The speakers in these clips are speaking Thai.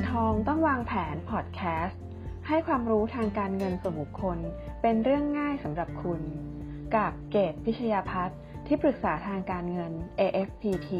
ทองต้องวางแผนพอดแคสต์ให้ความรู้ทางการเงินส่วนบุคคลเป็นเรื่องง่ายสำหรับคุณกับเกตพิชยาภัทรที่ปรึกษาทางการเงิน AFPT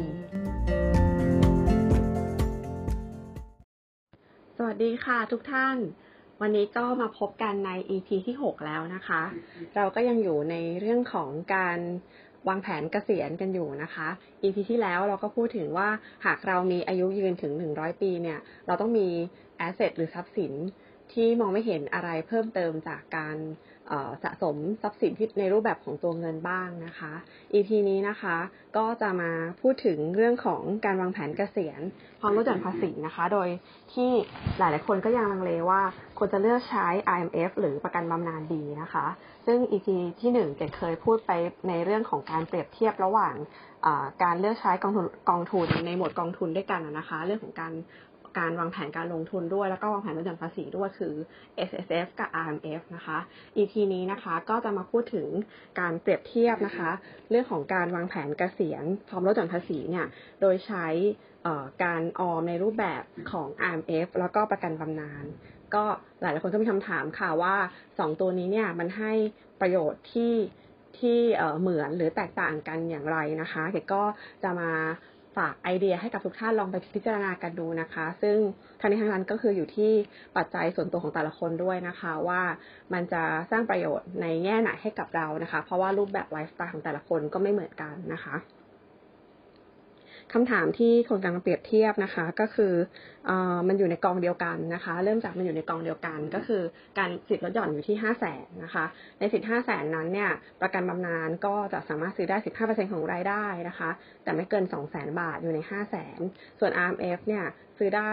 สวัสดีค่ะทุกท่านวันนี้ก็มาพบกันใน EP ที่ 6 แล้วนะคะเราก็ยังอยู่ในเรื่องของการวางแผนเกษียณกันอยู่นะคะ EP ที่แล้วเราก็พูดถึงว่าหากเรามีอายุยืนถึง100 ปีเนี่ยเราต้องมี asset หรือทรัพย์สินที่มองไม่เห็นอะไรเพิ่มเติมจากการสะสมทรัพย์สินที่ในรูปแบบของตัวเงินบ้างนะคะ EP นี้นะคะก็จะมาพูดถึงเรื่องของการวางแผนเกษียณพร้อมลดหย่อนภาษีนะคะโดยที่หลายๆคนก็ยังลังเลว่าควรจะเลือกใช้ IMF หรือประกันบำนาญดีนะคะซึ่ง EP ที่1เกดเคยพูดไปในเรื่องของการเปรียบเทียบระหว่างการเลือกใช้กองทุนในหมวดกองทุนด้วยกันนะคะเรื่องของการวางแผนการลงทุนด้วยแล้วก็วางแผนลดหย่อนภาษีด้วยคือ SSF กับ RMF นะคะ EP นี้นะคะก็จะมาพูดถึงการเปรียบเทียบนะคะเรื่องของการวางแผนเกษียณพร้อมลดหย่อนภาษีเนี่ยโดยใช้การออมในรูปแบบของ RMF แล้วก็ประกันบำนาญก็หลายคนก็มีคำถามค่ะว่า2ตัวนี้เนี่ยมันให้ประโยชน์ที่เหมือนหรือแตกต่างกันอย่างไรนะคะเกดก็จะมาฝากไอเดียให้กับทุกท่านลองไปพิจารณากันดูนะคะซึ่งทั้งนี้ทั้งนั้นก็คืออยู่ที่ปัจจัยส่วนตัวของแต่ละคนด้วยนะคะว่ามันจะสร้างประโยชน์ในแง่ไหนให้กับเรานะคะเพราะว่ารูปแบบไลฟ์สไตล์ของแต่ละคนก็ไม่เหมือนกันนะคะคำถามที่คนกำลังเปรียบเทียบนะคะก็คือมันอยู่ในกองเดียวกันนะคะเริ่มจากมันอยู่ในกองเดียวกันก็คือการสิทธิ์ลดหย่อนอยู่ที่ 500,000 นะคะในสิทธิ์ 500,000 นั้นเนี่ยประกันบำนาญก็จะสามารถซื้อได้ 15% ของรายได้นะคะแต่ไม่เกิน 200,000 บาทอยู่ใน 500,000 ส่วน RMF เนี่ยซื้อได้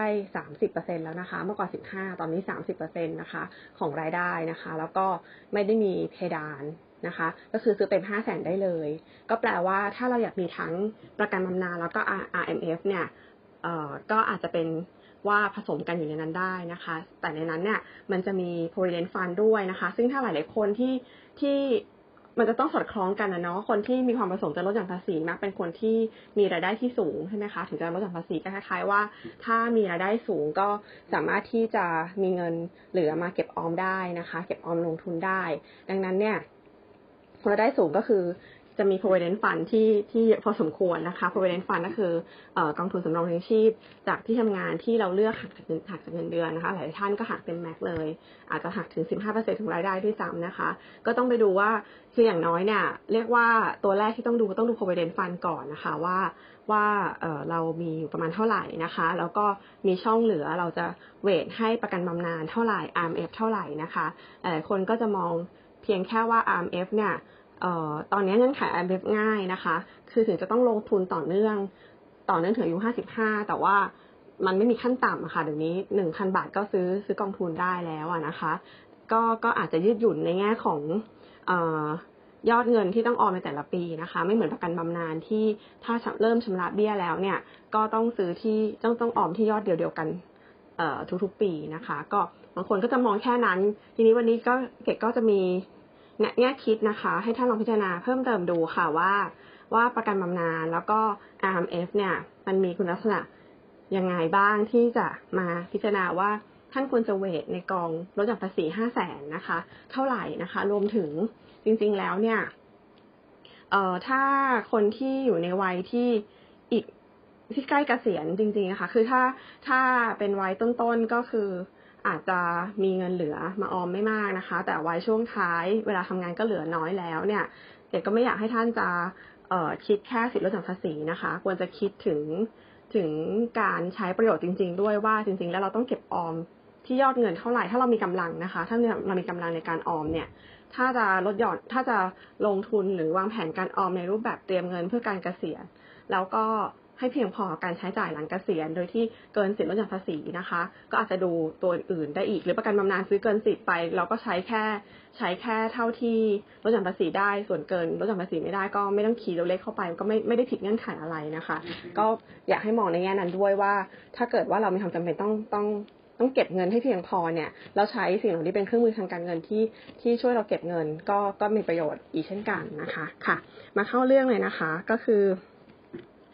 30% แล้วนะคะเมื่อก่อน15ตอนนี้ 30% นะคะของรายได้นะคะแล้วก็ไม่ได้มีเพดานนะคะก็คือซื้อเต็ม 500,000 ได้เลยก็แปลว่าถ้าเราอยากมีทั้งประกันบำนาญแล้วก็ RMF เนี่ยก็อาจจะเป็นว่าผสมกันอยู่ในนั้นได้นะคะแต่ในนั้นเนี่ยมันจะมี provident fund ด้วยนะคะซึ่งถ้าหลายๆคนที่มันจะต้องสอดคล้องกันนะเนาะคนที่มีความประสงค์จะลดหย่อนภาษีมักเป็นคนที่มีรายได้ที่สูงใช่ไหมคะถึงจะลดหย่อนภาษีก็คล้ายๆว่าถ้ามีรายได้สูงก็สามารถที่จะมีเงินเหลือมาเก็บออมได้นะคะเก็บออมลงทุนได้ดังนั้นเนี่ยรายได้สูงก็คือจะมี provident fund ที่พอสมควรนะคะ provident fund ก็คือกองทุนสำรองเลี้ยงชีพจากที่ทำงานที่เราเลือกหักจากเงินเดือนนะคะหลายท่านก็หักเป็นแม็กเลยอาจจะหักถึง 15% ของรายได้ด้วยซ้ำนะคะก็ต้องไปดูว่าคืออย่างน้อยเนี่ยเรียกว่าตัวแรกที่ต้องดู provident fund ก่อนนะคะว่าเรามีอยู่ประมาณเท่าไหร่นะคะแล้วก็มีช่องเหลือเราจะเวทให้ประกันบำนาญเท่าไหร่ RMF เท่าไหร่นะคะหลายคนก็จะมองเพียงแค่ว่า RMF เนี่ยตอนนี้เงื่อนไข IMF ง่ายนะคะคือถึงจะต้องลงทุนต่อเนื่องถึงอายุ55แต่ว่ามันไม่มีขั้นต่ำค่ะเดี๋ยวนี้ 1,000 บาทก็ซื้อกองทุนได้แล้วนะคะก็อาจจะยืดหยุ่นในแง่ของยอดเงินที่ต้องออมในแต่ละปีนะคะไม่เหมือนประกันบำนาญที่ถ้าเริ่มชำระเบี้ยแล้วเนี่ยก็ต้องซื้อที่ต้องออมที่ยอดเดียวกันทุกๆปีนะคะก็บางคนก็จะมองแค่นั้นทีนี้วันนี้เกดก็จะมีแง่คิดนะคะให้ท่านลองพิจารณาเพิ่มเติมดูค่ะว่าประกันบำนาญแล้วก็ RMF เนี่ยมันมีคุณลักษณะยังไงบ้างที่จะมาพิจารณาว่าท่านควรจะเวทในกองลดหย่อนภาษี 500,000 นะคะเท่าไหร่นะคะรวมถึงจริงๆแล้วเนี่ยถ้าคนที่อยู่ในวัยที่ใกล้เกษียณจริงๆนะคะคือถ้าเป็นวัยต้นๆก็คืออาจจะมีเงินเหลือมาออมไม่มากนะคะแต่วัยช่วงท้ายเวลาทำงานก็เหลือน้อยแล้วเนี่ยเด็กก็ไม่อยากให้ท่านจะคิดแค่สิทธิลดหย่อนภาษีนะคะควรจะคิดถึงการใช้ประโยชน์จริงๆด้วยว่าจริงๆแล้วเราต้องเก็บออมที่ยอดเงินเท่าไหร่ถ้าเรามีกำลังนะคะถ้าเรามีกำลังในการออมเนี่ยถ้าจะลดหย่อนถ้าจะลงทุนหรือวางแผนการออมในรูปแบบเตรียมเงินเพื่อการเกษียณแล้วก็ให้เพียงพอการใช้จ่ายหลังเกษียณโดยที่เกินสิทธิลดหย่อนภาษีนะคะก็อาจจะดูตัวอื่นได้อีกหรือประกันบำนาญซื้อเกินสิทธิ์ไปเราก็ใช้แค่เท่าที่ลดหย่อนภาษีได้ส่วนเกินลดหย่อนภาษีไม่ได้ก็ไม่ต้องขีดตัวเลขเข้าไปก็ไม่ได้ผิดเงื่อนไขอะไรนะคะก็อยากให้มองในแง่นั้นด้วยว่าถ้าเกิดว่าเรามีความจำเป็นต้องเก็บเงินให้เพียงพอเนี่ยเราใช้สิ่งเหล่านี้เป็นเครื่องมือทางการเงินที่ช่วยเราเก็บเงินก็มีประโยชน์อีกเช่นกันนะคะค่ะมาเข้าเรื่องเลยนะคะก็คือ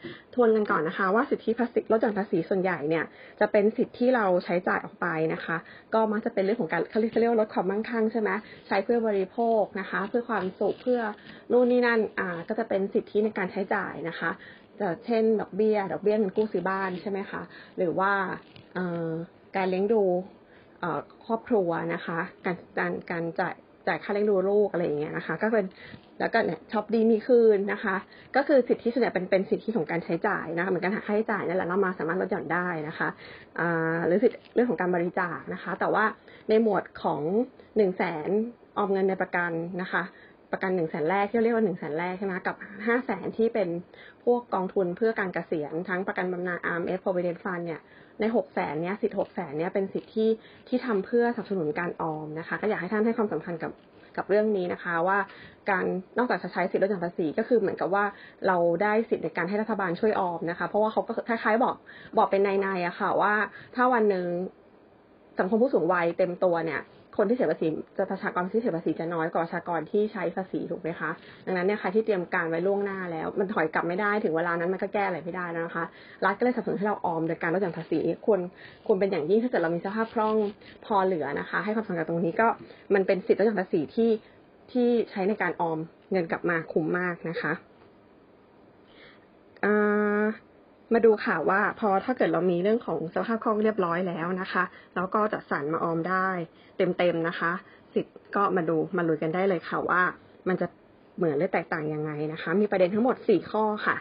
ทวนกันก่อนนะคะว่าสิทธิภาษีลดหย่อนภาษีส่วนใหญ่เนี่ยจะเป็นสิทธิที่เราใช้จ่ายออกไปนะคะก็มักจะเป็นเรื่องของการเขาเรียกว่าลดความมั่งคั่งใช่ไหมใช้เพื่อบริโภคนะคะเพื่อความสุขเพื่อนู่นนี่นั่นก็จะเป็นสิทธิในการใช้จ่ายนะคะเช่นดอกเบี้ยเงินกู้ซื้อบ้านใช่ไหมคะหรือว่าการเลี้ยงดูครอบครัวนะคะการจ่ายค่าเลี้ยงดูลูกอะไรอย่างเงี้ยนะคะก็เป็นแล้วก็เนี่ยช็อปดีมีคืนนะคะก็คือสิทธิส่วนใหญ่เป็นสิทธิของการใช้จ่ายนะคะเหมือนการหักค่าใช้จ่ายนั่นแหละเรามาสามารถลดหย่อนได้นะคะหรือสิทธิเรื่องของการบริจาคนะคะแต่ว่าในหมวดของ100,000ออมเงินในประกันนะคะประกัน100,000แรกที่เรียกว่า100,000แรกใช่ไหมกับ500,000ที่เป็นพวกกองทุนเพื่อการเกษียณทั้งประกันบำนาญ RMF Provident Fund เนี่ยใน600,000เนี้ยสิทธิ์600,000เนี้ยเป็นสิทธิที่ทำเพื่อสนับสนุนการออมนะคะก็อยากให้ท่านให้ความสำคัญกับเรื่องนี้นะคะว่าการนอกจากจะใช้สิทธิลดหย่อนภาษีก็คือเหมือนกับว่าเราได้สิทธิในการให้รัฐบาลช่วยออมนะคะเพราะว่าเขาก็คล้ายๆบอกเป็นในๆอะค่ะว่าถ้าวันหนึ่งสังคมผู้สูงวัยเต็มตัวเนี่ยคนที่เสียภาษีประชากรที่เสียภาษีจะน้อยกว่าประชากรที่ใช้ภาษีถูกไหมคะดังนั้นเนี่ยใครที่เตรียมการไว้ล่วงหน้าแล้วมันถอยกลับไม่ได้ถึงเวลานั้นมันก็แก้อะไรไม่ได้นะคะรัฐก็เลยสนับสนุนให้เราออมโดยการลดหย่อนภาษีควรเป็นอย่างยิ่งถ้าเกิดเรามีสภาพคล่องพอเหลือนะคะให้ความสำคัญตรงนี้ก็มันเป็นสิทธิลดหย่อนภาษีที่ใช้ในการออมเงินกลับมาคุ้มมากนะคะมาดูค่ะว่าพอถ้าเกิดเรามีเรื่องของสภาพคล่องเรียบร้อยแล้วนะคะแล้วก็จัดสรรมาออมได้เต็มๆนะคะสิทธิ์ก็มาลุยกันได้เลยค่ะว่ามันจะเหมือนหรือแตกต่างยังไงนะคะมีประเด็นทั้งหมด4ข้อค่ะ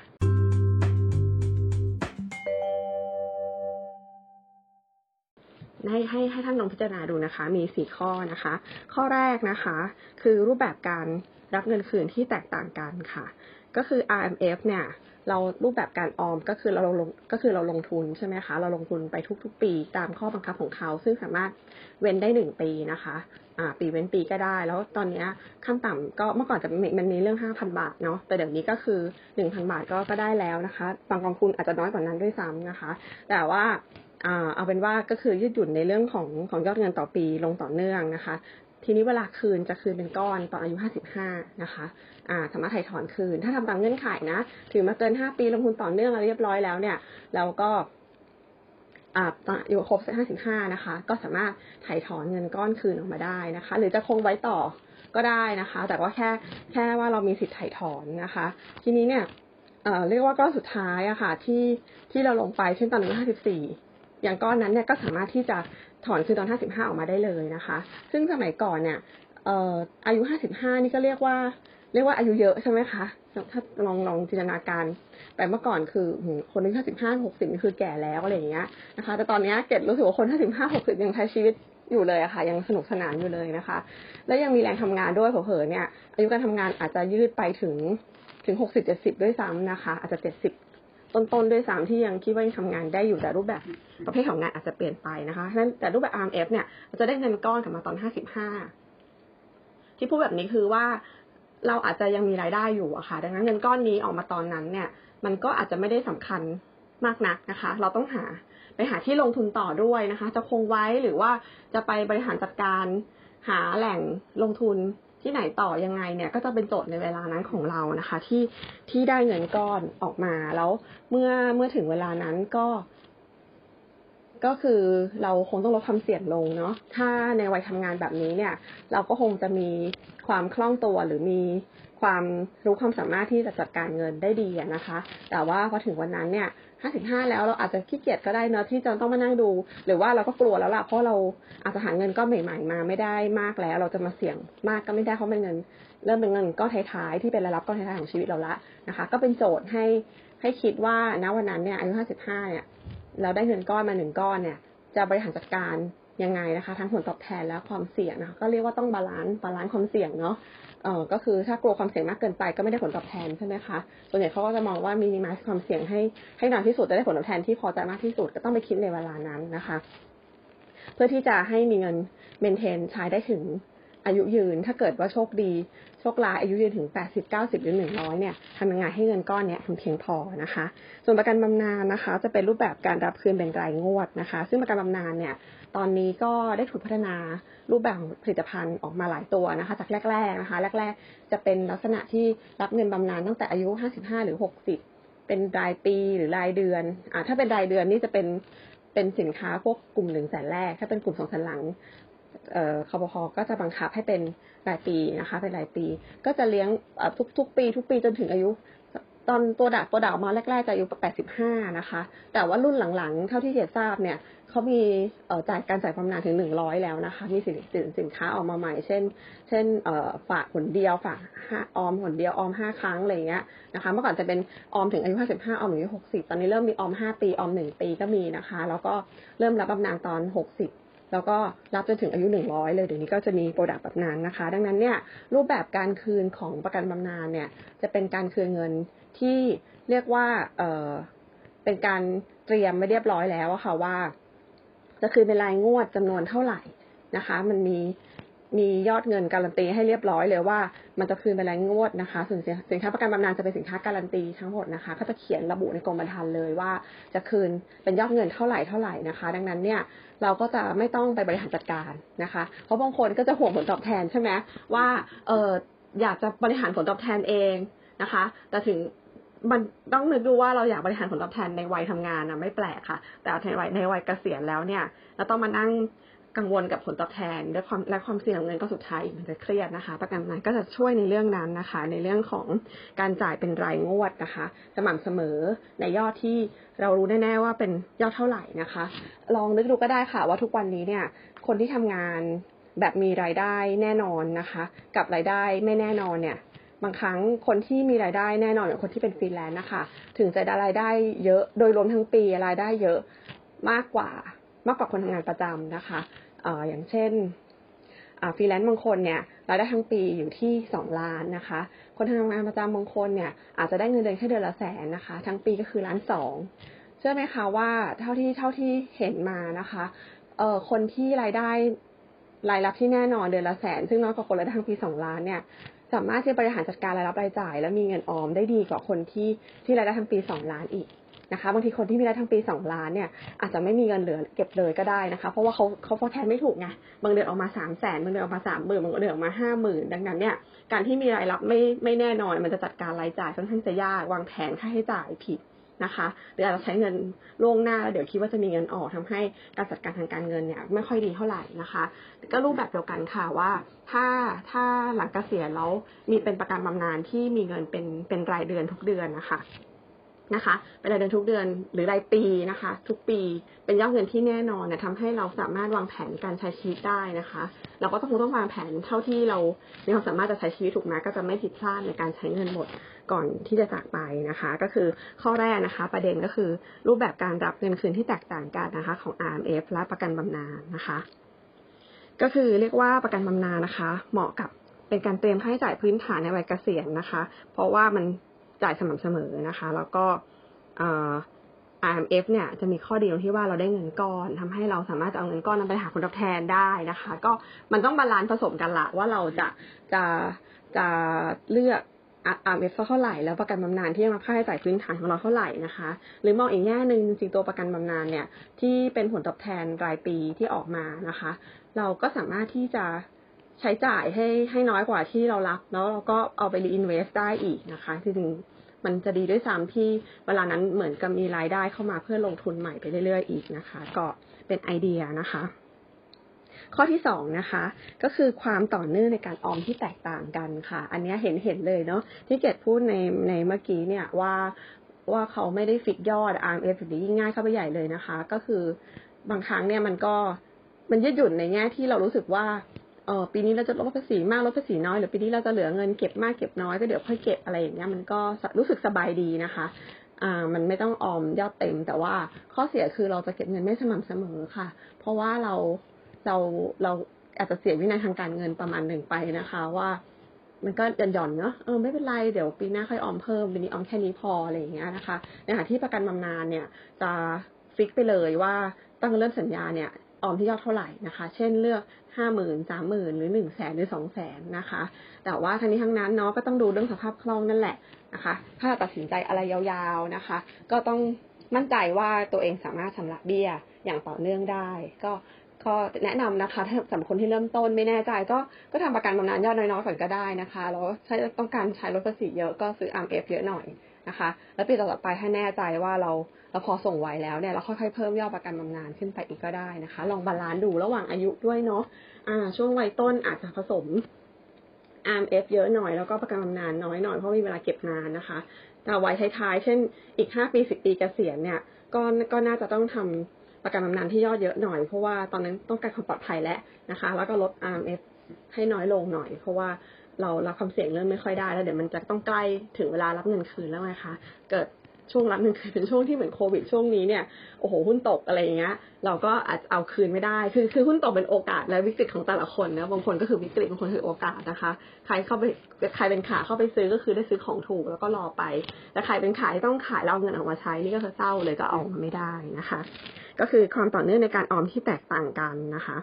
ให้ท่านลองพิจารณาดูนะคะมี4ข้อนะคะข้อแรกนะคะคือรูปแบบการรับเงินคืนที่แตกต่างกันค่ะก็คือ RMF เนี่ยเรารูปแบบการออมก็คือเราลงทุนใช่ไหมคะเราลงทุนไปทุกๆปีตามข้อบังคับของเขาซึ่งสามารถเว้นได้1ปีนะคะปีเว้นปีก็ได้แล้วตอนนี้ขั้นต่ำก็เมื่อก่อนมันมีเรื่อง 5,000 บาทเนาะแต่เดี๋ยวนี้ก็คือ 1,000 บาทก็ได้แล้วนะคะบางกองทุนอาจจะน้อยกว่านั้นด้วยซ้ำนะคะแต่ว่าเอาเป็นว่าก็คือยืดหยุ่นในเรื่องของยอดเงินต่อปีลงต่อเนื่องนะคะทีนี้เวลาคืนจะคืนเป็นก้อนตอนอายุ55นะคะสามารถถ่ายถอนคืนถ้าทำตามเงื่อนไขนะถือมาเกิน5ปีลงทุนต่อเนื่องแล้วเรียบร้อยแล้วเนี่ยแล้วก็ตอนอายุครบ55นะคะก็สามารถถ่ายถอนเงินก้อนคืนออกมาได้นะคะหรือจะคงไว้ต่อก็ได้นะคะแต่ว่าแค่ว่าเรามีสิทธิ์ถ่ายถอนนะคะทีนี้เนี่ยเรียกว่าก้อนสุดท้ายอะค่ะที่เราลงไปเช่นตอนอายุ54อย่างก้อนนั้นเนี่ยก็สามารถที่จะถอนคืนตอน55ออกมาได้เลยนะคะซึ่งสมัยก่อนเนี่ยอายุ55นี่ก็เรียกว่าอายุเยอะใช่ไหมคะถ้าลองจินตนาการแต่เมื่อก่อนคือคนอายุ55-60นี่คือแก่แล้วอะไรอย่างเงี้ยนะคะแต่ตอนนี้เกดรู้สึกว่าคน55-60ยังใช้ชีวิตอยู่เลยอะค่ะยังสนุกสนานอยู่เลยนะคะและยังมีแรงทำงานด้วยเผลอๆเนี่ยอายุการทำงานอาจจะยืดไปถึง60-70ด้วยซ้ำนะคะอาจจะ70ต้นๆด้วยซ้ำที่ยังคิดว่ายังทำงานได้อยู่แต่รูปแบบประเภทของงานอาจจะเปลี่ยนไปนะคะนั้นแต่รูปแบบ RMF เนี่ยจะได้เงินก้อนกลับมาตอน55ที่พูดแบบนี้คือว่าเราอาจจะยังมีรายได้อยู่อะค่ะดังนั้นเงินก้อนนี้ออกมาตอนนั้นเนี่ยมันก็อาจจะไม่ได้สำคัญมากนักนะคะเราต้องไปหาที่ลงทุนต่อด้วยนะคะจะคงไว้หรือว่าจะไปบริหารจัดการหาแหล่งลงทุนที่ไหนต่อยังไงเนี่ยก็จะเป็นโจทย์ในเวลานั้นของเรานะคะที่ได้เงินก้อนออกมาแล้วเมื่อถึงเวลานั้นก็คือเราคงต้องลดความเสี่ยงลงเนาะถ้าในวัยทำงานแบบนี้เนี่ยเราก็คงจะมีความคล่องตัวหรือมีความรู้ความสามารถที่จะจัดการเงินได้ดีนะคะแต่ว่าพอถึงวันนั้นเนี่ย55แล้วเราอาจจะขี้เกียจก็ได้เนอะที่จะต้องมานั่งดูหรือว่าเราก็กลัวแล้วล่ะเพราะเราอาจจะหาเงินก้อนใหม่ๆมาไม่ได้มากแล้วเราจะมาเสี่ยงมากก็ไม่ได้เพราะเป็นเงินเริ่มเป็นเงินก้อนท้ายๆที่เป็นรายรับก้อนท้ายๆของชีวิตเราละนะคะก็เป็นโจทย์ให้คิดว่าณวันนั้นเนี่ยอายุ55เนี่ยเราได้เงินก้อนมา1ก้อนเนี่ยจะบริหารจัดการยังไงนะคะทั้งผลตอบแทนและความเสี่ยงนะคะก็เรียกว่าต้องบาลานซ์ความเสี่ยงเนาะก็คือถ้ากลัวความเสี่ยงมากเกินไปก็ไม่ได้ผลตอบแทนใช่ไหมคะส่วนใหญ่เขาก็จะมองว่ามินิมัลความเสี่ยงให้น้อยที่สุดจะได้ผลตอบแทนที่พอใจมากที่สุดก็ต้องไปคิดในเวลานั้นนะคะเพื่อที่จะให้มีเงินเมนเทนใช้ได้ถึงอายุยืนถ้าเกิดว่าโชคดีโชคร้ายอายุยืนถึง80 90หรือ100เนี่ยทำยังไงให้เงินก้อนเนี้ยเพียงพอนะคะส่วนประกันบำนาญนะคะจะเป็นรูปแบบการรับคืนเป็นรายงวดนะคะซึ่งประกันบำนาญเนี่ยตอนนี้ก็ได้ถูกพัฒนารูปแบบของผลิตภัณฑ์ออกมาหลายตัวนะคะจากแรกๆนะคะแรกๆจะเป็นลักษณะที่รับเงินบำนาญตั้งแต่อายุ55หรือ60 เป็นรายปีหรือรายเดือนถ้าเป็นรายเดือนนี่จะเป็นสินค้าพวกกลุ่ม100,000แรกถ้าเป็นกลุ่ม200,000หลังคปภ.ก็จะบังคับให้เป็นรายปีนะคะเป็นรายปีก็จะเลี้ยงทุกปีจนถึงอายุตอนตัวดาวมาแรกๆจะอายุ85นะคะแต่ว่ารุ่นหลังๆเท่าที่เจ๊ทราบเนี่ยเขามีการจ่ายบำนาญถึง100แล้วนะคะมีสินค้าออกมาใหม่เช่นฝากหนเดียวฝากออมหนเดียวออม5ครั้งอะไรเงี้ยนะคะเมื่อก่อนจะเป็นออมถึงอายุ55ออมถึงอายุ60ตอนนี้เริ่มมีออม5ปีออม1ปีก็มีนะคะแล้วก็เริ่มรับบำนาญตอน60แล้วก็รับจนถึงอายุ100เลยเดี๋ยวนี้ก็จะมีโปรดักต์แบบนั้นนะคะดังนั้นเนี่ยรูปแบบการคืนของประกันบำนาญเนี่ยจะเป็นการคืนเงินที่เรียกว่าเป็นการเตรียมไม่เรียบร้อยแล้วอะค่ะว่าจะคืนเป็นรายงวดจำนวนเท่าไหร่นะคะมันมียอดเงินการันตีให้เรียบร้อยเลยว่ามันจะคืนเป็นรายงวดนะคะส่วนสินค้าประกันบำนาญจะเป็นสินค้าการันตีทั้งหมดนะคะก็จะเขียนระบุในกรมธรรม์เลยว่าจะคืนเป็นยอดเงินเท่าไหร่นะคะดังนั้นเนี่ยเราก็จะไม่ต้องไปบริหารจัดการนะคะเพราะบางคนก็จะห่วงผลตอบแทนใช่ไหมว่าอยากจะบริหารผลตอบแทนเองนะคะแต่ถึงมันต้องนึกดูว่าเราอยากบริหารผลตอบแทนในวัยทำงานนะไม่แปลกค่ะแต่ในวัยเกษียณแล้วเนี่ยเราต้องมานั่งกังวลกับผลตอบแทนและความเสี่ยงเงินก็สุดท้ายมันจะเครียดนะคะประกันนั้นก็จะช่วยในเรื่องนั้นนะคะในเรื่องของการจ่ายเป็นรายงวดนะคะสม่ำเสมอในยอดที่เรารู้แน่ๆว่าเป็นยอดเท่าไหร่นะคะลองนึกดูก็ได้ค่ะว่าทุกวันนี้เนี่ยคนที่ทำงานแบบมีรายได้แน่นอนนะคะกับรายได้ไม่แน่นอนเนี่ยบางครั้งคนที่มีรายได้แน่นอนอย่างคนที่เป็นฟรีแลนซ์นะคะถึงจะได้รายได้เยอะโดยรวมทั้งปีรายได้เยอะมากกว่าคนทำงานประจำนะคะอย่างเช่นฟรีแลนซ์บางคนเนี่ยรายได้ทั้งปีอยู่ที่2 ล้านนะคะคนทำงานประจำบางคนเนี่ยอาจจะได้เงินเดือนแค่เดือนละ100,000นะคะทั้งปีก็คือ1.2 ล้านเชื่อไหมคะว่าเท่าที่เห็นมานะคะคนที่รายรับที่แน่นอนเดือนละ100,000ซึ่งน้อยกว่าคนรายได้ทั้งปี2 ล้านเนี่ยสามารถที่จะบริหารจัดการรายรับรายจ่ายและมีเงินออมได้ดีกว่าคนที่รายได้ทั้งปี2 ล้านอีกนะคะบางทีคนที่มีรายได้ทั้งปี2 ล้านเนี่ยอาจจะไม่มีเงินเหลือเก็บเลยก็ได้นะคะเพราะว่าเขาforecastไม่ถูกไงบางเดือนออกมา300,000บางเดือนออกมา30,000บางเดือนออกมา50,000ดังนั้นเนี่ยการที่มีรายรับไม่แน่นอนมันจะจัดการรายจ่ายค่อนข้างจะยากวางแผนค่าใช้จ่ายผิดนะคะหรืออาจจะใช้เงินล่วงหน้าแล้วเดี๋ยวคิดว่าจะมีเงินออกทำให้การจัดการทางการเงินเนี่ยไม่ค่อยดีเท่าไหร่นะคะก็รูปแบบเดียวกันค่ะว่าถ้าหลังเกษียณแล้วมีเป็นประกันบำนาญที่มีเงินเป็นรายเดือนทุกเดือนนะคะเป็นรายเดือนทุกเดือนหรือรายปีนะคะทุกปีเป็นยอดเงินที่แน่นอนเนี่ยทำให้เราสามารถวางแผนการใช้ชีวิตได้นะคะเราก็ต้องวางแผนเท่าที่เรามีความสามารถจะใช้ชีวิตถูกไหมก็จะไม่ผิดพลาดในการใช้เงินหมดก่อนที่จะจากไปนะคะก็คือข้อแรกนะคะประเด็นก็คือรูปแบบการรับเงินคืนที่แตกต่างกันนะคะของ RMF และประกันบำนาญนะคะก็คือเรียกว่าประกันบำนาญนะคะเหมาะกับเป็นการเตรียมค่าใช้จ่ายพื้นฐานในวัยเกษียณนะคะเพราะว่ามันจ่ายสม่ำเสมอนะคะแล้วก็RMF เนี่ยจะมีข้อดีตรงที่ว่าเราได้เงินก้อนทำให้เราสามารถจะเอาเงินก้อนนั้นไปหาผลตอบแทนได้นะคะก็มันต้องบาลานซ์ผสมกันละว่าเราจะเลือกRMF เท่าไหร่แล้วประกันบำนาญที่มาค่าใช้จ่ายพื้นฐานของเราเท่าไหร่นะคะหรือมองอีกแง่นึงจริงๆตัวประกันบำนาญเนี่ยที่เป็นผลตอบแทนรายปีที่ออกมานะคะเราก็สามารถที่จะใช้จ่ายให้น้อยกว่าที่เรารับแล้วเราก็เอาไป reinvest ได้อีกนะคะจริงๆมันจะดีด้วยซ้ำที่เวลานั้นเหมือนกับมีรายได้เข้ามาเพื่อลงทุนใหม่ไปเรื่อยๆอีกนะคะก็เป็นไอเดียนะคะข้อที่2นะคะก็คือความต่อเนื่องในการออมที่แตกต่างกันค่ะอันนี้เห็นเลยเนาะที่เกดพูดในเมื่อกี้เนี่ยว่าเขาไม่ได้ฟิกยอด RMF แบบนี้ยิ่งง่ายเข้าไปใหญ่เลยนะคะก็คือบางครั้งเนี่ยมันยืดหยุ่นในแง่ที่เรารู้สึกว่าปีนี้เราจะลดภาษีมากลดภาษีน้อยหรือปีนี้เราจะเหลือเงินเก็บมากเก็บน้อยก็เดี๋ยวค่อยเก็บอะไรอย่างเงี้ยมันก็รู้สึกสบายดีนะคะมันไม่ต้องออมยอดเต็มแต่ว่าข้อเสียคือเราจะเก็บเงินไม่สม่ำเสมอค่ะเพราะว่าเราอาจจะเสียวินัยทางการเงินประมาณหนึ่งไปนะคะว่ามันก็หย่อนๆเนาะไม่เป็นไรเดี๋ยวปีหน้าค่อยออมเพิ่มปีนี้ออมแค่นี้พออะไรอย่างเงี้ยนะคะในขณะที่ประกันบำนาญเนี่ยจะฟิกไปเลยว่าตั้งเริ่มสัญญาเนี่ยออมที่ยอดเท่าไหร่นะคะเช่นเลือก50,000 30,000หรือ100,000หรือ200,000นะคะแต่ว่าทั้งนี้ทั้งนั้นเนาะก็ต้องดูเรื่องสภาพคล่องนั่นแหละนะคะถ้าตัดสินใจอะไรยาวๆนะคะก็ต้องมั่นใจว่าตัวเองสามารถชำระเบี้ยอย่างต่อเนื่องได้ก็แนะนำนะคะถ้าสำหรับคนที่เริ่มต้นไม่แน่ใจก็ทำประกันบำนาญยอดน้อยๆก่อนก็ได้นะคะแล้วถ้าต้องการใช้ลดภาษีเยอะก็ซื้อ RMF เยอะหน่อยนะคะแล้วปีต่อไปให้แน่ใจว่าเราพอส่งไหวแล้วเนี่ยเราค่อยๆเพิ่มยอดประกันบำนาญขึ้นไปอีกก็ได้นะคะลองบาลานซ์ดูระหว่างอายุด้วยเนาะช่วงวัยต้นอาจจะผสม RMF เยอะหน่อยแล้วก็ประกันบำนาญน้อยหน่อยเพราะมีเวลาเก็บนานนะคะแต่วัยท้ายๆเช่นอีก5 ปี10 ปีเกษียณเนี่ยก็น่าจะต้องทำประกันบำนาญที่ยอดเยอะหน่อยเพราะว่าตอนนั้นต้องการความปลอดภัยแล้วนะคะแล้วก็ลด RMF ให้น้อยลงหน่อยเพราะว่าเรารับความเสี่ยงเริ่มไม่ค่อยได้แล้วเดี๋ยวมันจะต้องใกล้ถึงเวลารับเงินคืนแล้วไงคะเกิดช่วงรับเงินคืนเป็นช่วงที่เหมือนโควิดช่วงนี้เนี่ยโอ้โหหุ้นตกอะไรอย่างเงี้ยเราก็อาจเอาคืนไม่ได้คือหุ้นตกเป็นโอกาสและวิกฤตของแต่ละคนนะบางคนก็คือวิกฤตบางคนคือโอกาสนะคะใครเป็นขาเข้าไปซื้อก็คือได้ซื้อของถูกแล้วก็รอไปแต่ใครเป็นขาที่ต้องขายแล้วเอาเงินออกมาใช้นี่ก็คือเศร้าเลยก็เอามาไม่ได้นะคะก็คือความต่อเนื่องในการออมที่แตกต่างกันนะคะ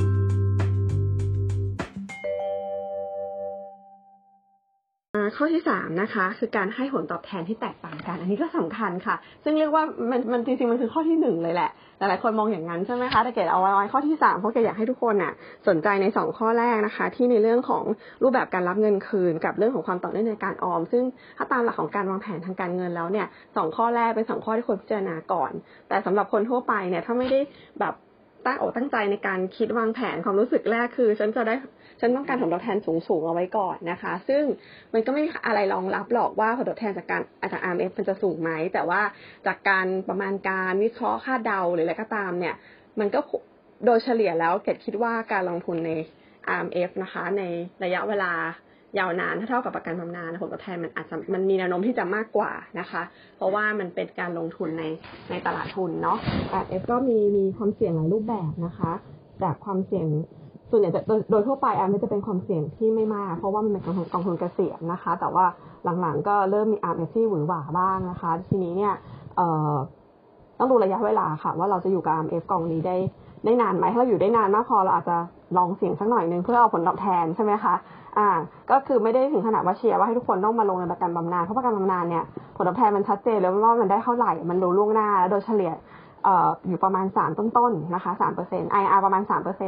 ข้อที่3นะคะคือการให้ผลตอบแทนที่แตกต่างกันอันนี้ก็สำคัญค่ะซึ่งเรียกว่ามันจริงๆมันคือข้อที่1เลยแหละหลายๆคนมองอย่างนั้นใช่ไหมคะแต่เกดเอาไว้ข้อที่3เพราะเกดอยากให้ทุกคนน่ะสนใจใน2ข้อแรกนะคะที่ในเรื่องของรูปแบบการรับเงินคืนกับเรื่องของความต่อเนื่องในการออมซึ่งถ้าตามหลักของการวางแผนทางการเงินแล้วเนี่ย2ข้อแรกเป็น2ข้อที่ควรพิจารณาก่อนแต่สำหรับคนทั่วไปเนี่ยถ้าไม่ได้แบบตั้งอกตั้งใจในการคิดวางแผนความรู้สึกแรกคือฉันต้องการผลตอบแทนสูงเอาไว้ก่อนนะคะซึ่งมันก็ไม่มีอะไรรองรับหรอกว่าผลตอบแทนจากRMF มันจะสูงไหมแต่ว่าจากการประมาณการวิเคราะห์คาดเดาหรืออะไรก็ตามเนี่ยมันก็โดยเฉลี่ยแล้วเกดคิดว่าการลงทุนใน RMF นะคะในระยะเวลายาวนานถ้าเท่ากับประกันบำนาญผลตอบแทนมันมีแนวโน้มที่จะมากกว่านะคะเพราะว่ามันเป็นการลงทุนในตลาดทุนเนาะ RMF ก็มีความเสี่ยงหลายรูปแบบนะคะจากความเสี่ยงส่วนใหญ่โดยทั่วไปRMFจะเป็นความเสี่ยงที่ไม่มากเพราะว่ามันเป็นกองทุนเกษียณนะคะแต่ว่าหลังๆก็เริ่มมี RMF ที่หวือหวาบ้างนะคะทีนี้เนี่ยต้องดูระยะเวลาค่ะว่าเราจะอยู่กับ RMF กองนี้ได้นานไหมถ้าเราอยู่ได้นานมากพอเราอาจจะลองเสี่ยงสักหน่อยนึงเพื่อเอาผลตอบแทนใช่ไหมคะก็คือไม่ได้ถึงขนาดว่าเชียร์ว่าให้ทุกคนต้องมาลงในประกันบำนาญเพราะประกันบำนาญเนี่ยผลตอบแทนมันชัดเจนแล้วว่ามันได้เท่าไหร่มันรู้ล่วงหน้าแล้วโดยเฉลี่ยอยู่ประมาณ3ต้นๆนะคะ 3% IRR ประมาณ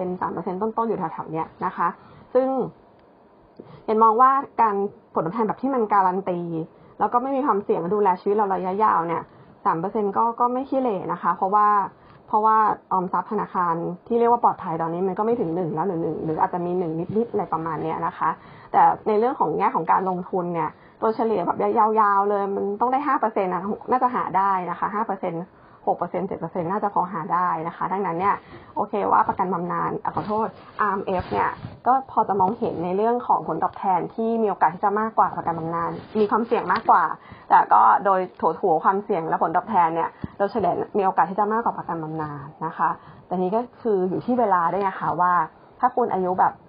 3% ต้นๆอยู่แถวๆเนี้ยนะคะซึ่งเห็นมองว่าการผลตอบแทนแบบที่มันการันตีแล้วก็ไม่มีความเสี่ยงดูแลชีวิตเราระยะยาวเนี่ย 3% ก็ไม่ขี้เหร่นะคะเพราะว่าออมทรัพย์ธนาคารที่เรียกว่าปลอดภัยตอนนี้มันก็ไม่ถึง1แล้วหรืออาจจะมี1นิดๆอะไรประมาณนี้นะคะแต่ในเรื่องของแง่ของการลงทุนเนี่ยตัวเฉลี่ยแบบยาวๆเลยมันต้องได้ 5% นะน่าจะหาได้นะคะ 5% 6% 7% น่าจะพอหาได้นะคะดังนั้นเนี่ยโอเคว่าประกันบำนาญขอโทษ RMF เนี่ยก็พอจะมองเห็นในเรื่องของผลตอบแทนที่มีโอกาสที่จะมากกว่าประกันบำนาญมีความเสี่ยงมากกว่าแต่ก็โดยถั่วความเสี่ยงและผลตอบแทนเนี่ยโดยเฉลี่ยมีโอกาสที่จะมากกว่าประกันบำนาญนะคะแต่นี้ก็คืออยู่ที่เวลาด้วยนะคะว่าถ้าคุณอายุแบบ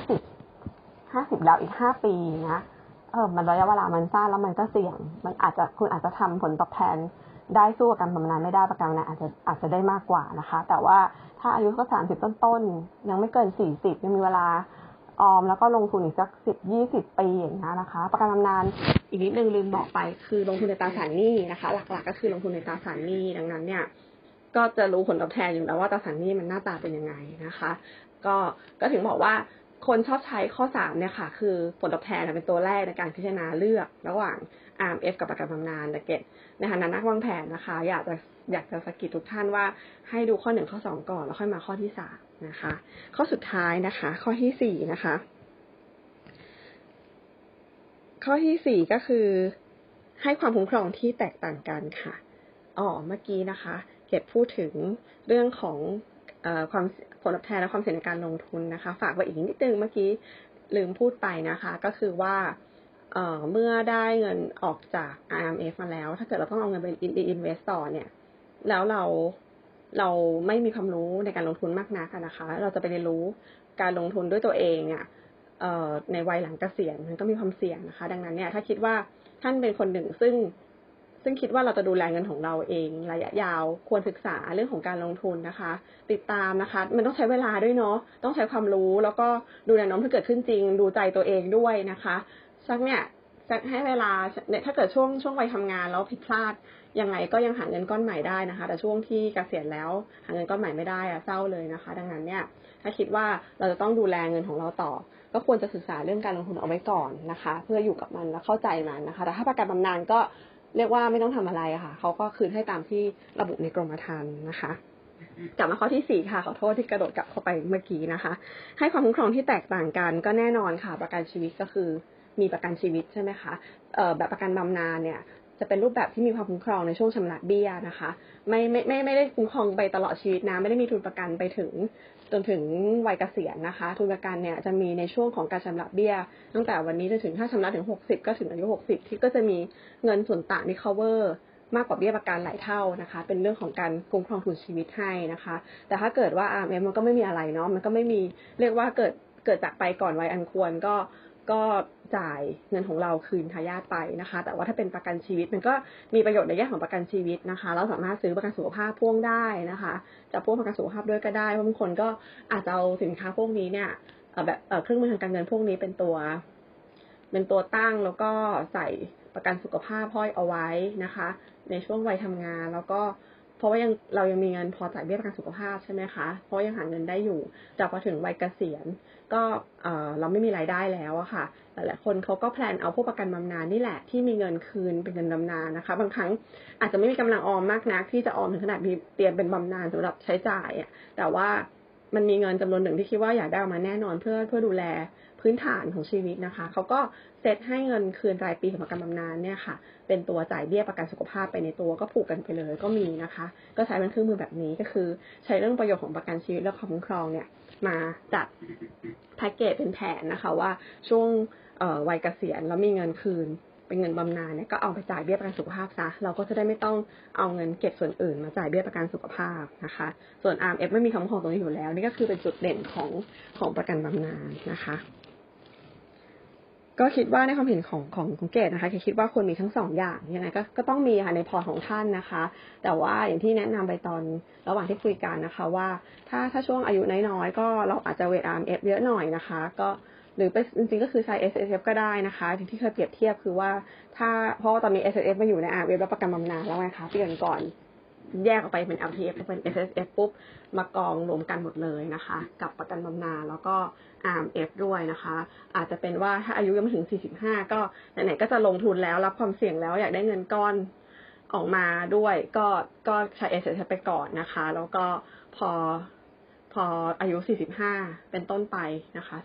50แล้วอีก5ปีนะมันระยะเวลามันสั้นแล้วมันก็เสี่ยงคุณอาจจะทำผลตอบแทนได้สู้ประกันบำนาญไม่ได้ประกันบำนาญอาจจะได้มากกว่านะคะแต่ว่าถ้าอายุก็30ต้นๆยังไม่เกิน40ยังมีเวลาออมแล้วก็ลงทุนอีกสัก10-20 ปีอย่างนี้นะคะประกันบำนาญอีกนิดนึงลืมบอกไปคือลงทุนในตราสารหนี้นะคะหลักๆก็คือลงทุนในตราสารหนี้ดังนั้นเนี่ยก็จะรู้ผลตอบแทนอยู่แล้วว่าตราสารหนี้มันหน้าตาเป็นยังไงนะคะก็ถึงบอกว่าคนชอบใช้ข้อ3เนี่ยค่ะคือผลตอบแทนเป็นตัวแรกในการพิจารณาเลือกระหว่าง RMF กับประกันบำนาญแต่เกตในฐานะนักวางแผนนะคะอยากจะสกิดทุกท่านว่าให้ดูข้อ1ข้อ2ก่อนแล้วค่อยมาข้อที่3นะคะข้อสุดท้ายนะคะข้อที่4นะคะข้อที่4ก็คือให้ความคุ้มครองที่แตกต่างกันค่ะเมื่อกี้นะคะเกตพูดถึงเรื่องของความผลตอบแทนและความเสี่ยงในการลงทุนนะคะฝากไว้อีกนิดนึงเมื่อกี้ลืมพูดไปนะคะก็คือว่าเมื่อได้เงินออกจาก RMF มาแล้วถ้าเกิดเราต้องเอาเงินไป invest ต่อเนี่ยแล้วเราไม่มีความรู้ในการลงทุนมากนักนะคะเราจะไปเรียนรู้การลงทุนด้วยตัวเองเนี่ยในวัยหลังเกษียณมันก็มีความเสี่ยงนะคะดังนั้นเนี่ยถ้าคิดว่าท่านเป็นคนหนึ่งซึ่งคิดว่าเราจะดูแลเงินของเราเองระยะยาวควรศึกษาเรื่องของการลงทุนนะคะติดตามนะคะมันต้องใช้เวลาด้วยเนาะต้องใช้ความรู้แล้วก็ดูแนวโน้มที่เกิดขึ้นจริงดูใจตัวเองด้วยนะคะสักให้เวลาเนี่ยถ้าเกิดช่วงวัยทำงานแล้วผิดพลาดยังไงก็ยังหาเงินก้อนใหม่ได้นะคะแต่ช่วงที่เกษียณแล้วหาเงินก้อนใหม่ไม่ได้เศร้าเลยนะคะดังนั้นเนี่ยถ้าคิดว่าเราจะต้องดูแลเงินของเราต่อก็ควรจะศึกษาเรื่องการลงทุนเอาไว้ก่อนนะคะเพื่ออยู่กับมันและเข้าใจมันนะคะแต่ถ้าประกันบำนาญก็เรียกว่าไม่ต้องทำอะไรอะค่ะเขาก็คืนให้ตามที่ระบุในกรมธรรม์นะคะกลับมาข้อที่4ค่ะขอโทษที่กระโดดกลับเข้าไปเมื่อกี้นะคะให้ความคุ้มครองที่แตกต่างกันก็แน่นอนค่ะประกันชีวิตก็คือมีประกันชีวิตใช่ไหมคะแบบประกันบำนาญเนี่ยจะเป็นรูปแบบที่มีความคุ้มครองในช่วงชำระเบี้ยนะคะไม่ได้คุ้มครองไปตลอดชีวิตนะไม่ได้มีทุนประกันไปถึงจนถึงวัยเกษียณนะคะทุนประกันเนี่ยจะมีในช่วงของการชำระเบี้ยตั้งแต่วันนี้จนถึงถ้าชำระถึง60ก็ถึงอายุ60ที่ก็จะมีเงินส่วนต่างที่ cover มากกว่าเบี้ยประกันหลายเท่านะคะเป็นเรื่องของการคุ้มครองทุนชีวิตให้นะคะแต่ถ้าเกิดว่า RMF มันก็ไม่มีอะไรเนาะมันก็ไม่มีเรียกว่าเกิดจากไปก่อนวัยอันควรก็จ่ายเงินของเราคืนทายาทไปนะคะแต่ว่าถ้าเป็นประกันชีวิตมันก็มีประโยชน์ในแง่ของประกันชีวิตนะคะเราสามารถซื้อประกันสุขภาพพ่วงได้นะคะจะพ่วงประกันสุขภาพด้วยก็ได้เพราะบางคนก็อาจจะเอาสินค้าพวกนี้เนี่ยแบบเครื่องมือทางการเงินพวกนี้เป็นตัวตั้งแล้วก็ใส่ประกันสุขภาพห้อยเอาไว้นะคะในช่วงวัยทำงานแล้วก็เพราะว่าเรายังมีเงินพอจ่ายเบี้ยประกันสุขภาพใช่ไหมคะเพราะยังหาเงินได้อยู่แต่พอถึงวัยเกษียณก็เราไม่มีรายได้แล้วอะค่ะหลายๆคนเขาก็แพลนเอาพวกประกันบำนาญนี่แหละที่มีเงินคืนเป็นเงินบำนาญนะคะบางครั้งอาจจะไม่มีกำลังออมมากนักที่จะออมถึงขนาดมีเตรียมเป็นบำนาญสำหรับใช้จ่ายอะแต่ว่ามันมีเงินจำนวนหนึ่งที่คิดว่าอยากได้ออกมาแน่นอนเพื่อดูแลพื้นฐานของชีวิตนะคะเขาก็เซตให้เงินคืนรายปีของประกันบำนาญเนี่ยค่ะเป็นตัวจ่ายเบี้ยประกันสุขภาพไปในตัวก็ผูกกันไปเลยก็มีนะคะก็ใช้เป็นเครื่องมือแบบนี้ก็คือใช้เรื่องประโยชน์ของประกันชีวิตและความคุ้มครองเนี่ยมาจัดแพ็กเกจเป็นแผนนะคะว่าช่วงวัยเกษียณแล้วมีเงินคืนเป็นเงินบำนาญเนี่ยก็เอาไปจ่ายเบี้ยประกันสุขภาพซะเราก็จะได้ไม่ต้องเอาเงินเก็บส่วนอื่นมาจ่ายเบี้ยประกันสุขภาพนะคะส่วน RMF ไม่มีคำคุ้มครองตรงนี้อยู่แล้วนี่ก็คือเป็นจุดเด่นของประกันบำนาญนะคะก็คิดว่าในความเห็นของเกดนะคะคิดว่าควรมีทั้งสองอย่างยังไงก็ต้องมีค่ะในพอร์ตของท่านนะคะแต่ว่าอย่างที่แนะนำไปตอนระหว่างที่คุยกันนะคะว่าถ้าช่วงอายุน้อยๆก็เราอาจจะเวท RMF เยอะหน่อยนะคะก็หรือจริงๆก็คือใช้ SSF ก็ได้นะคะที่เคยเปรียบเทียบคือว่าเพราะว่าตอนนี้ SSF มาอยู่ใน RMF แล้วประกันบำนาญแล้วไงคะเปลี่ยนก่อนแยกออกไปเป็น LTF เป็น SSF ปุ๊บมากองรวมกันหมดเลยนะคะกับประกันบำนาญแล้วก็ RMF ด้วยนะคะอาจจะเป็นว่าถ้าอายุยังไม่ถึง45ก็ไหนๆก็จะลงทุนแล้วรับความเสี่ยงแล้วอยากได้เงินก้อนออกมาด้วยก็ใช้ SSF ไปก่อนนะคะแล้วก็พออายุ45เป็นต้นไปนะคะ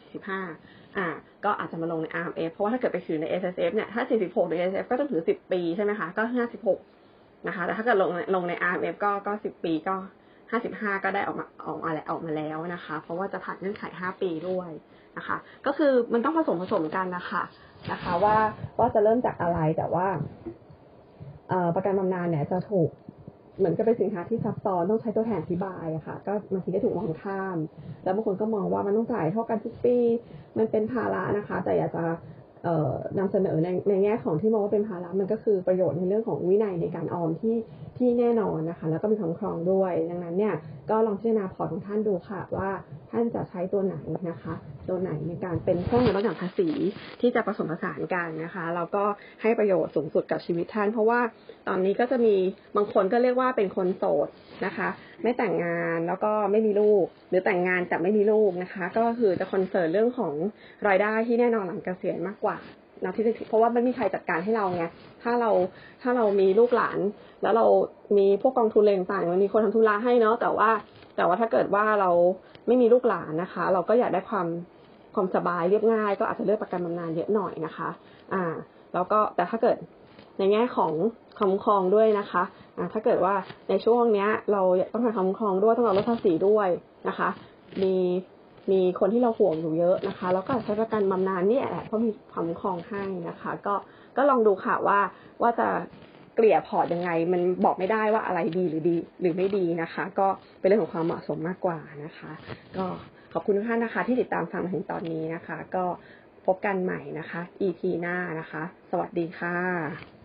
45ก็อาจจะมาลงใน RMF เพราะว่าถ้าเกิดไปถือใน SSF เนี่ยถ้า46ใน SSF ก็ต้องถือ10 ปีใช่ไหมคะก็56นะคะแต่ถ้าเกิดลงใน RMF ก็10 ปีก็55ก็ได้ออกมาแล้วนะคะเพราะว่าจะผ่านเงื่อนไข5 ปีด้วยนะคะก็คือมันต้องผสมกันนะคะว่าจะเริ่มจากอะไรแต่ว่าประกันบำนาญเนี่ยจะถูกเหมือนกับเป็นสินค้าที่ซับซ้อนต้องใช้ตัวแทนอธิบายอะค่ะก็บางทีก็ถูกมองข้ามแล้วบางคนก็มองว่ามันต้องจ่ายเท่ากันทุกปีมันเป็นภาระนะคะแต่อยากจะนำเสนอในแง่ของที่มองว่าเป็นภาระมันก็คือประโยชน์ในเรื่องของวินัยในการออมที่แน่นอนนะคะแล้วก็มีความครองด้วยดังนั้นเนี่ยก็ลองพิจารณาพอร์ตของท่านดูค่ะว่าท่านจะใช้ตัวไหนนะคะตัวไหนในการเป็นเครื่องมือลดหย่อนภาษีที่จะผสมผสานกันนะคะแล้วก็ให้ประโยชน์สูงสุดกับชีวิตท่านเพราะว่าตอนนี้ก็จะมีบางคนก็เรียกว่าเป็นคนโสดนะคะไม่แต่งงานแล้วก็ไม่มีลูกหรือแต่งงานแต่ไม่มีลูกนะคะก็คือจะคอนเซิร์นเรื่องของรายได้ที่แน่นอนหลังเกษียณมากกว่านะที่เพราะว่าไม่มีใครจัดการให้เราไงถ้าเรามีลูกหลานแล้วเรามีพวกกองทุนอะไรต่างๆมันมีคนทำธุระให้เนาะแต่ว่าถ้าเกิดว่าเราไม่มีลูกหลานนะคะเราก็อยากได้ความสบายเรียบง่ายก็อาจจะเลือกประกันบำนาญเยอะหน่อยนะคะแล้วก็แต่ถ้าเกิดในแง่ของความคุ้มครองด้วยนะคะถ้าเกิดว่าในช่วงนี้เราต้องการความคุ้มครองด้วยต้องการลดภาษีด้วยนะคะมีคนที่เราห่วงอยู่เยอะนะคะแล้วก็ใช้ประกันบำนาญนี่แหละเพราะมีความคุ้มครองให้นะคะก็ลองดูค่ะว่าจะเกลี่ยพอร์ตยังไงมันบอกไม่ได้ว่าอะไรดีหรือไม่ดีนะคะก็เป็นเรื่องของความเหมาะสมมากกว่านะคะก็ขอบคุณทุกท่านนะคะที่ติดตามฟังมาถึงตอนนี้นะคะก็พบกันใหม่นะคะ EP หน้านะคะสวัสดีค่ะ